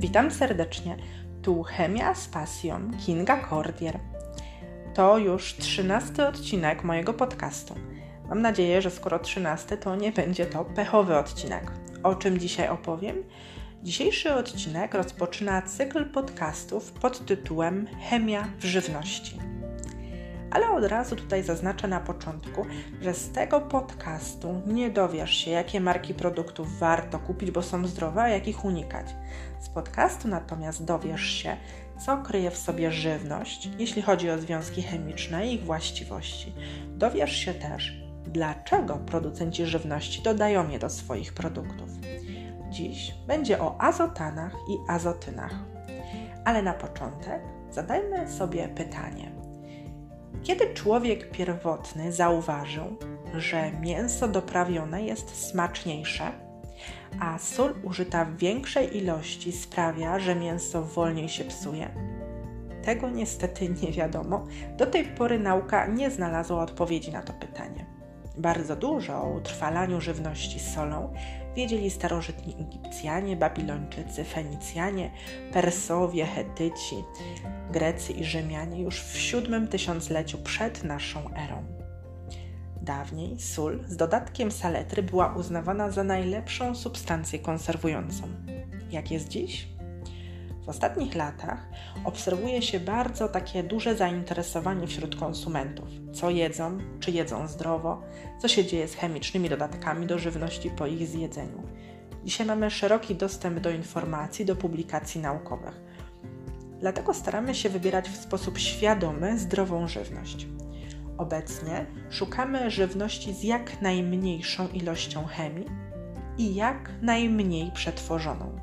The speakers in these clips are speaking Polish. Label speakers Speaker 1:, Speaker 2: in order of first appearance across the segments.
Speaker 1: Witam serdecznie, tu Chemia z pasją Kinga Cordier. To już 13 odcinek mojego podcastu. Mam nadzieję, że skoro 13, to nie będzie to pechowy odcinek. O czym dzisiaj opowiem? Dzisiejszy odcinek rozpoczyna cykl podcastów pod tytułem Chemia w żywności. Ale od razu tutaj zaznaczę na początku, że z tego podcastu nie dowiesz się, jakie marki produktów warto kupić, bo są zdrowe, a jakich unikać. Z podcastu natomiast dowiesz się, co kryje w sobie żywność, jeśli chodzi o związki chemiczne i ich właściwości. Dowiesz się też, dlaczego producenci żywności dodają je do swoich produktów. Dziś będzie o azotanach i azotynach. Ale na początek zadajmy sobie pytanie. Kiedy człowiek pierwotny zauważył, że mięso doprawione jest smaczniejsze, a sól użyta w większej ilości sprawia, że mięso wolniej się psuje? Tego niestety nie wiadomo. Do tej pory nauka nie znalazła odpowiedzi na to pytanie. Bardzo dużo o utrwalaniu żywności solą wiedzieli starożytni Egipcjanie, Babilończycy, Fenicjanie, Persowie, Chetyci, Grecy i Rzymianie już w VII tysiącleciu przed naszą erą. Dawniej sól z dodatkiem saletry była uznawana za najlepszą substancję konserwującą. Jak jest dziś? W ostatnich latach obserwuje się bardzo takie duże zainteresowanie wśród konsumentów. Co jedzą, czy jedzą zdrowo, co się dzieje z chemicznymi dodatkami do żywności po ich zjedzeniu. Dzisiaj mamy szeroki dostęp do informacji, do publikacji naukowych. Dlatego staramy się wybierać w sposób świadomy zdrową żywność. Obecnie szukamy żywności z jak najmniejszą ilością chemii i jak najmniej przetworzoną.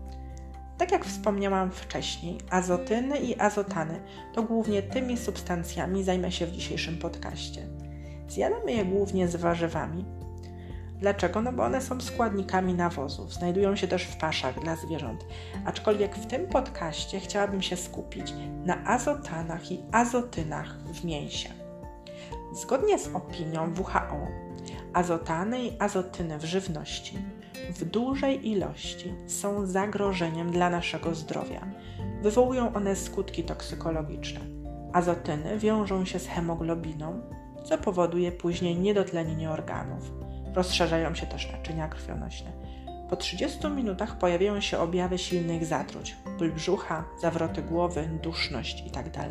Speaker 1: Tak jak wspomniałam wcześniej, azotyny i azotany to głównie tymi substancjami zajmę się w dzisiejszym podcaście. Zjadamy je głównie z warzywami. Dlaczego? No bo one są składnikami nawozów, znajdują się też w paszach dla zwierząt. Aczkolwiek w tym podcaście chciałabym się skupić na azotanach i azotynach w mięsie. Zgodnie z opinią WHO, azotany i azotyny w żywności w dużej ilości są zagrożeniem dla naszego zdrowia. Wywołują one skutki toksykologiczne. Azotyny wiążą się z hemoglobiną, co powoduje później niedotlenienie organów. Rozszerzają się też naczynia krwionośne. Po 30 minutach pojawiają się objawy silnych zatruć, ból brzucha, zawroty głowy, duszność itd.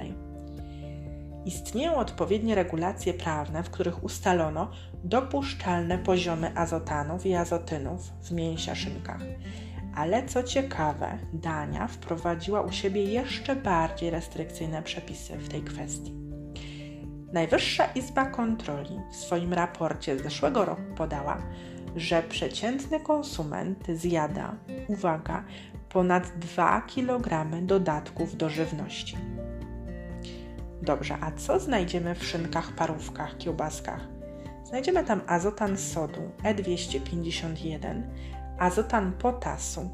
Speaker 1: Istnieją odpowiednie regulacje prawne, w których ustalono dopuszczalne poziomy azotanów i azotynów w mięsiarszynkach. Ale co ciekawe, Dania wprowadziła u siebie jeszcze bardziej restrykcyjne przepisy w tej kwestii. Najwyższa Izba Kontroli w swoim raporcie z zeszłego roku podała, że przeciętny konsument zjada, uwaga, ponad 2 kg dodatków do żywności. Dobrze, a co znajdziemy w szynkach, parówkach, kiełbaskach? Znajdziemy tam azotan sodu E251, azotan potasu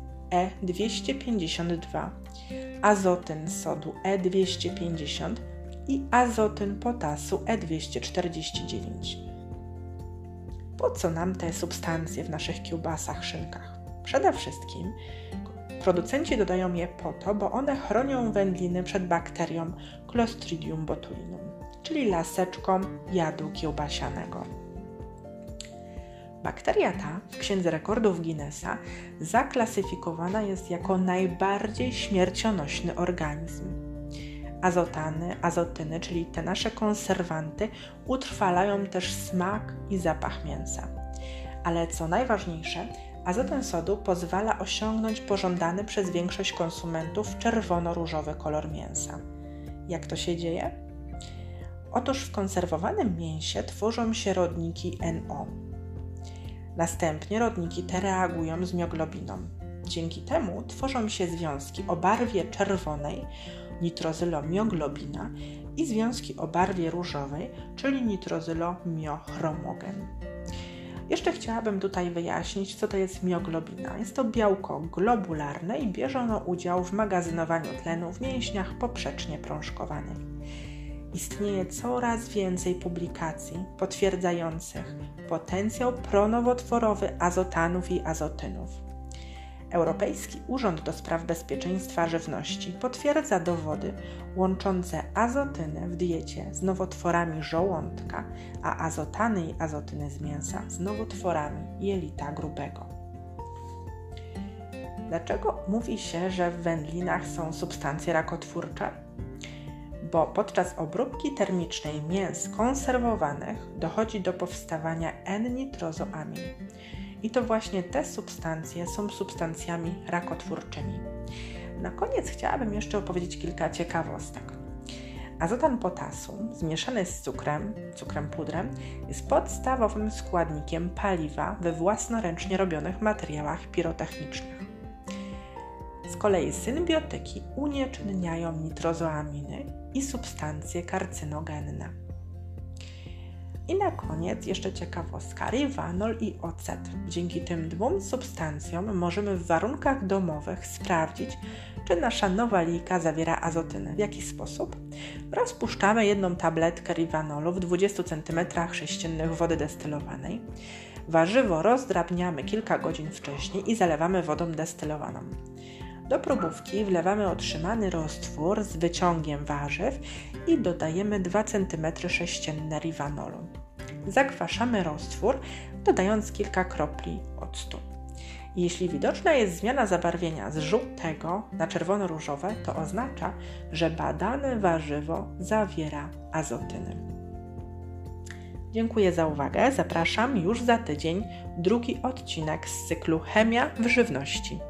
Speaker 1: E252, azotyn sodu E250 i azotyn potasu E249. Po co nam te substancje w naszych kiełbasach, szynkach? Przede wszystkim producenci dodają je po to, bo one chronią wędliny przed bakterią Clostridium botulinum, czyli laseczką jadu kiełbasianego. Bakteria ta w Księdze Rekordów Guinnessa zaklasyfikowana jest jako najbardziej śmiercionośny organizm. Azotany, azotyny, czyli te nasze konserwanty, utrwalają też smak i zapach mięsa. Ale co najważniejsze, azotan sodu pozwala osiągnąć pożądany przez większość konsumentów czerwono-różowy kolor mięsa. Jak to się dzieje? Otóż w konserwowanym mięsie tworzą się rodniki NO. Następnie rodniki te reagują z mioglobiną. Dzięki temu tworzą się związki o barwie czerwonej, nitrozylomioglobina, i związki o barwie różowej, czyli nitrozylomiochromogen. Jeszcze chciałabym tutaj wyjaśnić, co to jest mioglobina. Jest to białko globularne i bierze ono udział w magazynowaniu tlenu w mięśniach poprzecznie prążkowanych. Istnieje coraz więcej publikacji potwierdzających potencjał pronowotworowy azotanów i azotynów. Europejski Urząd do Spraw Bezpieczeństwa Żywności potwierdza dowody łączące azotynę w diecie z nowotworami żołądka, a azotany i azotyny z mięsa z nowotworami jelita grubego. Dlaczego mówi się, że w wędlinach są substancje rakotwórcze? Bo podczas obróbki termicznej mięs konserwowanych dochodzi do powstawania N-nitrozoamin. I to właśnie te substancje są substancjami rakotwórczymi. Na koniec chciałabym jeszcze opowiedzieć kilka ciekawostek. Azotan potasu zmieszany z cukrem pudrem, jest podstawowym składnikiem paliwa we własnoręcznie robionych materiałach pirotechnicznych. Z kolei symbiotyki unieczynniają nitrozoaminy i substancje karcynogenne. I na koniec jeszcze ciekawostka, rivanol i ocet. Dzięki tym dwóm substancjom możemy w warunkach domowych sprawdzić, czy nasza nowalika zawiera azotynę. W jaki sposób? Rozpuszczamy jedną tabletkę rivanolu w 20 cm3 wody destylowanej. Warzywo rozdrabniamy kilka godzin wcześniej i zalewamy wodą destylowaną. Do próbówki wlewamy otrzymany roztwór z wyciągiem warzyw i dodajemy 2 cm3 rivanolu. Zakwaszamy roztwór, dodając kilka kropli octu. Jeśli widoczna jest zmiana zabarwienia z żółtego na czerwono-różowe, to oznacza, że badane warzywo zawiera azotynę. Dziękuję za uwagę. Zapraszam już za tydzień drugi odcinek z cyklu Chemia w żywności.